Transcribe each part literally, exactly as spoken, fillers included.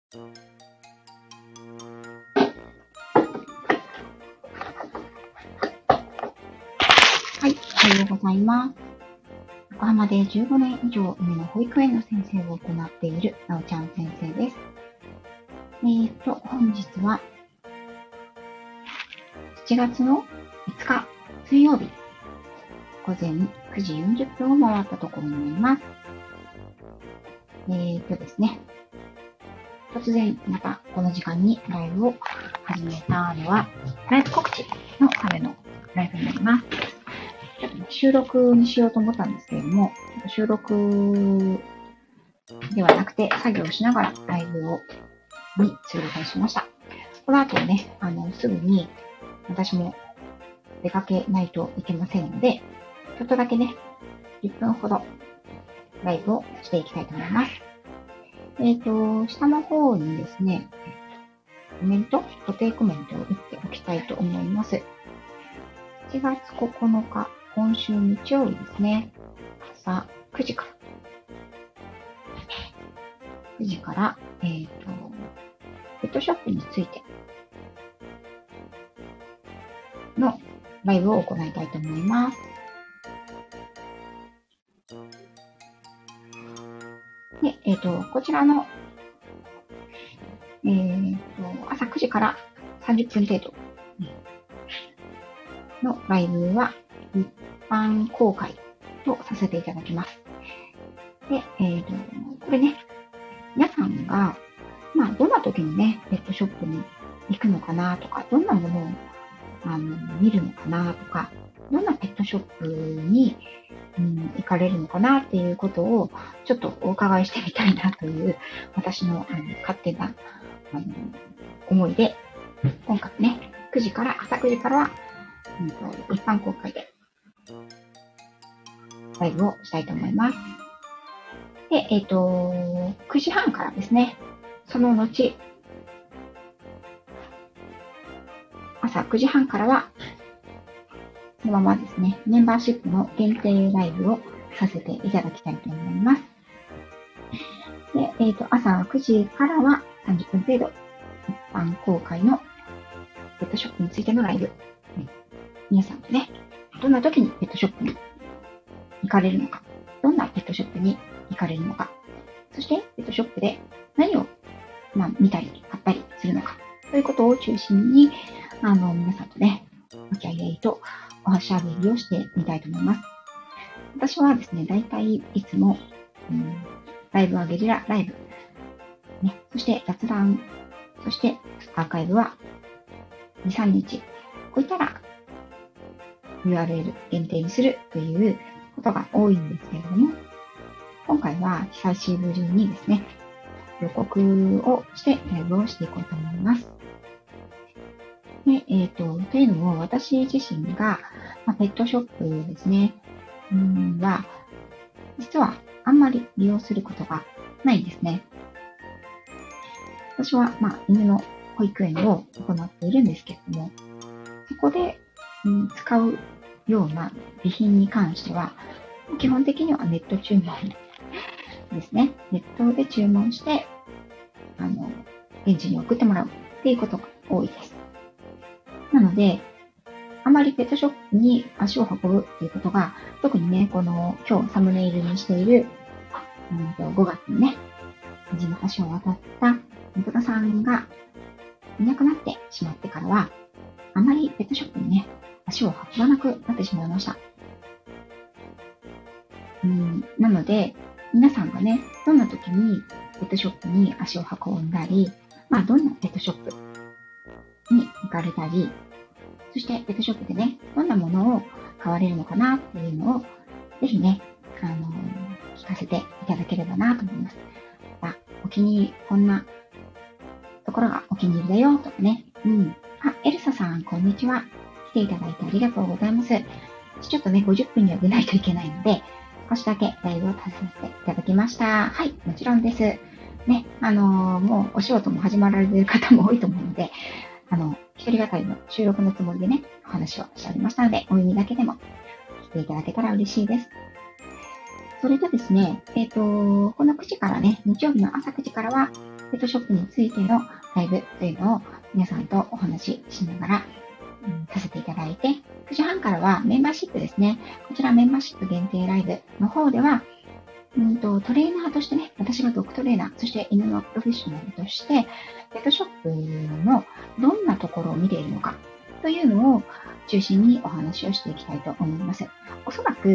はい、おはようございます。横浜でじゅうごねん以上夢の保育園の先生を行っているなおちゃん先生です。えーと、本日はしちがつのいつか水曜日午前くじよんじゅっぷんを回ったところになります。えーとですね、突然またこの時間にライブを始めたのはライブ告知のためのライブになります。ちょっと収録にしようと思ったんですけれども、収録ではなくて作業をしながらライブをに通過しました。この後ね、あの、すぐに私も出かけないといけませんので、ちょっとだけね、じゅっぷんほどライブをしていきたいと思います。えっと、下の方にですね、コメント、固定コメントを打っておきたいと思います。しちがつここのか、今週日曜日ですね、朝くじから、くじから、えっと、ペットショップについてのライブを行いたいと思います。で、えっと、こちらの、えっと、朝くじからさんじゅっぷん程度のライブは一般公開とさせていただきます。で、えっと、これね、皆さんが、まあ、どんな時にね、ペットショップに行くのかなとか、どんなものをあの見るのかなとか、どんなペットショップに、うん、行かれるのかなっていうことをちょっとお伺いしてみたいなという私の、あの勝手なあの思いで、今回ね、くじから、朝くじからは、うん、と一般公開でライブをしたいと思います。で、えっと、くじはんからですね、その後、朝くじはんからは、そのままですね、メンバーシップの限定ライブをさせていただきたいと思います。で、えっと、朝くじからはさんじゅっぷん程度、一般公開のペットショップについてのライブ。皆さんとね、どんな時にペットショップに行かれるのか、どんなペットショップに行かれるのか、そしてペットショップで何を、まあ、見たり買ったりするのか、ということを中心に、あの、皆さんとね、和気あいあいとおしゃべりをしてみたいと思います。私はですね、だいたいいつも、うん、ライブはゲリラライブ、ね、そして雑談、そしてアーカイブはに、さんにち置いたら ユーアールエル 限定にするということが多いんですけれども、今回は久しぶりにですね、予告をしてライブをしていこうと思います。で、えっと、というのも私自身が、まあ、ペットショップですね、うんは、実はあんまり利用することがないんですね。私は、まあ、犬の保育園を行っているんですけれども、そこで、うん、使うような備品に関しては、基本的にはネット注文ですね。ネットで注文して、あの、現地に送ってもらうっていうことが多いです。なので、あまりペットショップに足を運ぶっていうことが、特にね、この今日サムネイルにしている、うん、ごがつにね、虹の橋を渡った猫田さんがいなくなってしまってからは、あまりペットショップにね、足を運ばなくなってしまいました。うん、なので、皆さんがね、どんな時にペットショップに足を運んだり、まあ、どんなペットショップに行かれたり、そしてペットショップでね、どんなものを買われるのかなっていうのを、ぜひね、あのー、聞かせていただければなと思います。あ、お気に入り、こんなところがお気に入りだよとかね。うん。あ、エルサさん、こんにちは。来ていただいてありがとうございます。ちょっとね、ごじゅっぷんには出ないといけないので、少しだけライブをさせていただきました。はい、もちろんです。ね、あのー、もうお仕事も始まられている方も多いと思うので、あの、一人語りの収録のつもりでね、お話をしておりましたので、お耳だけでも聞いていただけたら嬉しいです。それでですね、えっと、このくじからね、日曜日の朝くじからは、 ペットショップについてのライブというのを皆さんとお話ししながら、うん、させていただいて、くじはんからはメンバーシップですね。こちらメンバーシップ限定ライブの方では、うんと、トレーナーとしてね、私がドッグトレーナー、そして犬のプロフェッショナルとして、ペットショップのどんなところを見ているのかというのを中心にお話をしていきたいと思います。おそらく、うん、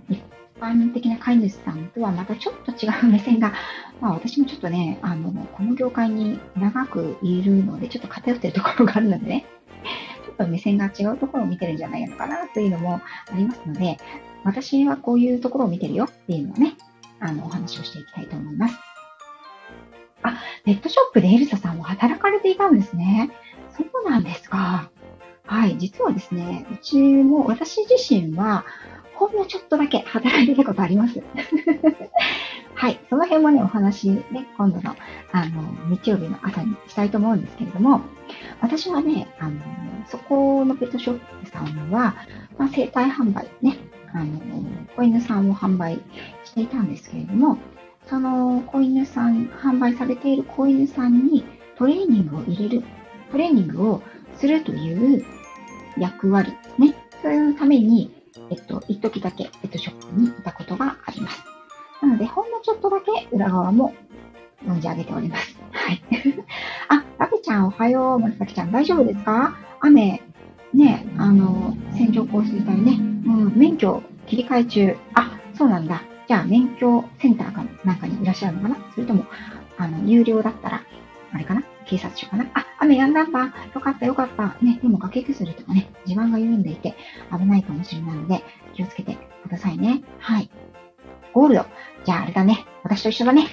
一般的な飼い主さんとはまたちょっと違う目線が、まあ私もちょっとね、あの、この業界に長くいるので、ちょっと偏っているところがあるのでね、ちょっと目線が違うところを見てるんじゃないのかなというのもありますので、私はこういうところを見てるよっていうのをね、あの、お話をしていきたいと思います。あ、ペットショップでエルサさんは働かれていたんですね。そうなんですか。はい、実はですね、うちも、私自身は、ほんのちょっとだけ働いていたことあります。はい、その辺もね、お話ね、今度の、あの、日曜日の朝にしたいと思うんですけれども、私はね、あの、そこのペットショップさんは、まあ、生体販売ね、あの、子犬さんを販売していたんですけれども、その子犬さん、販売されている子犬さんにトレーニングを入れる、トレーニングをするという役割ですね。そういうために、えっと、一時だけペットショップにいたことがあります。なので、ほんのちょっとだけ裏側も存じ上げております。はい。あ、ラペちゃんおはよう。まさきちゃん大丈夫ですか？雨、ね、あの、線状降水帯ね。うん、免許切り替え中。あ、そうなんだ。じゃあ、免許センターかなんかにいらっしゃるのかな？それとも、あの、有料だったら、あれかな？警察署かな？あ、雨やんだんだ。よかったよかった。ね、でも崖崩れとかね、地盤が緩んでいて危ないかもしれないので、気をつけてくださいね。はい。ゴールド。じゃああれだね。私と一緒だね。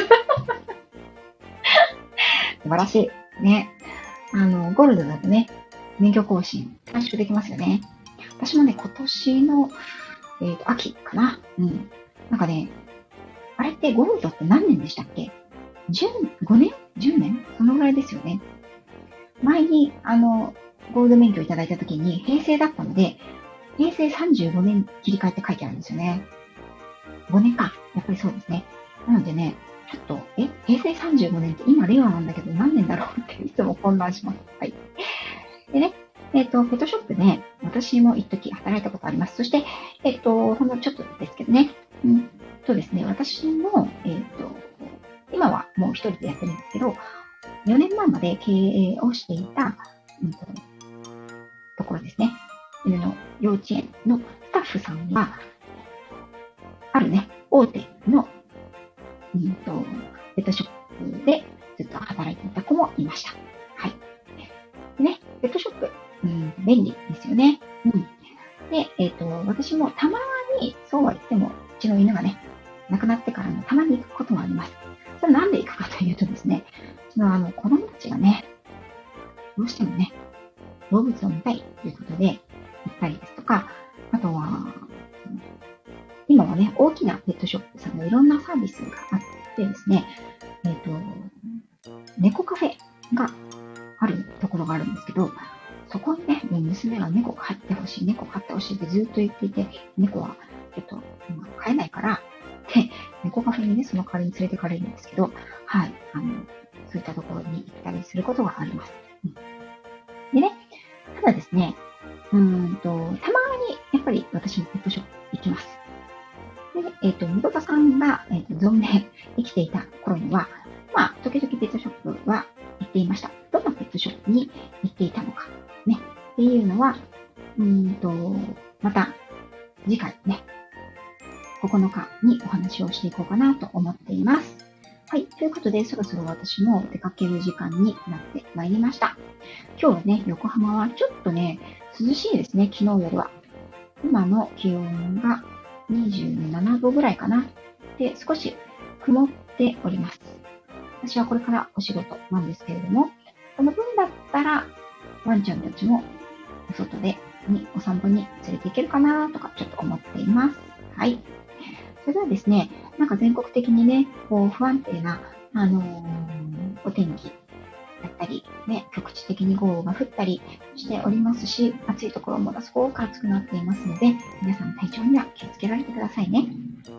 素晴らしい。ね。あの、ゴールドだとね、免許更新、短縮できますよね。私もね、今年の、えっと、秋かな。うん。なんかね、あれってゴールドって何年でしたっけ？ じゅう、ごねん ?じゅう 年そのぐらいですよね。前に、あの、ゴールド免許いただいた時に平成だったので、平成さんじゅうごねん切り替えって書いてあるんですよね。ごねんか。やっぱりそうですね。なのでね、ちょっと、え、平成さんじゅうごねんって今令和なんだけど何年だろうっていつも混乱します。はい。でね、えっ、と、ペットショップで私も一時働いたことあります。そして、えっ、と、ほんのちょっとですけどね、うんとですね、私も、えっ、と、今はもう一人でやってるんですけど、よねんまえまで経営をしていた、うんと、ところですね。犬の幼稚園のスタッフさんは、あるね、大手の、うんと、ペットショップでずっと働いていた子もいました。はい。でね、ペットショップ、うん、便利ですよね。うん。で、えっ、と、私もたまに、そうは言っても、うちの犬がね、亡くなってからもたまに行くこともあります。それなんで行くかというとですね、うちのあの、子供たちがね、どうしてもね、動物を見たいということで行ったりですとか、あとは、今はね、大きなペットショップさんのいろんなサービスがあってですね、えっ、と、猫カフェがあるところがあるんですけど、そこにね、もう娘が猫飼ってほしい、猫飼ってほしいってずっと言っていて、猫はちょっと、まあ、飼えないから、で、猫カフェにね、その代わりに連れてかれるんですけど、はい、あの、そういったところに行ったりすることがあります。うん、でね、ただですね、うーんと、たまにやっぱり私もペットショップ行きます。で、えっ、ー、と、みどたさんが、えーと、存命生きていた頃には、まあ、時々ペットショップは行っていました。どんなペットショップに行っていたのか、ね、っていうのは、うーんと、また、次回ね、ここのかにお話をしていこうかなと思っています。はい。ということで、そろそろ私も出かける時間になってまいりました。今日はね、横浜はちょっとね、涼しいですね、昨日よりは。今の気温がにじゅうななどぐらいかな。で、少し曇っております。私はこれからお仕事なんですけれども、この分だったら、ワンちゃんたちもお外でにお散歩に連れて行けるかなとかちょっと思っています。はい。それではですね、なんか全国的にね、こう不安定な、あのー、お天気だったり、ね、局地的に豪雨が降ったりしておりますし、暑いところものすごく暑くなっていますので、皆さん体調には気をつけられてくださいね。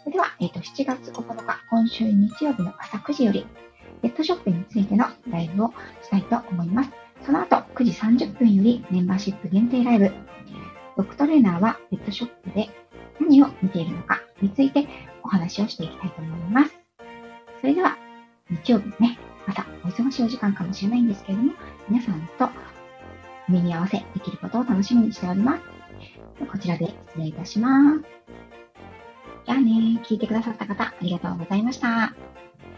それでは、えっと、しちがつここのか、今週日曜日の朝くじより、ペットショップについてのライブをしたいと思います。その後、くじさんじゅっぷんよりメンバーシップ限定ライブ、ドッグトレーナーはペットショップで何を見ているのかについてお話をしていきたいと思います。それでは、日曜日のね、朝、お忙しいお時間かもしれないんですけれども、皆さんと目に合わせできることを楽しみにしております。こちらで失礼いたします。じゃあね、聞いてくださった方、ありがとうございました。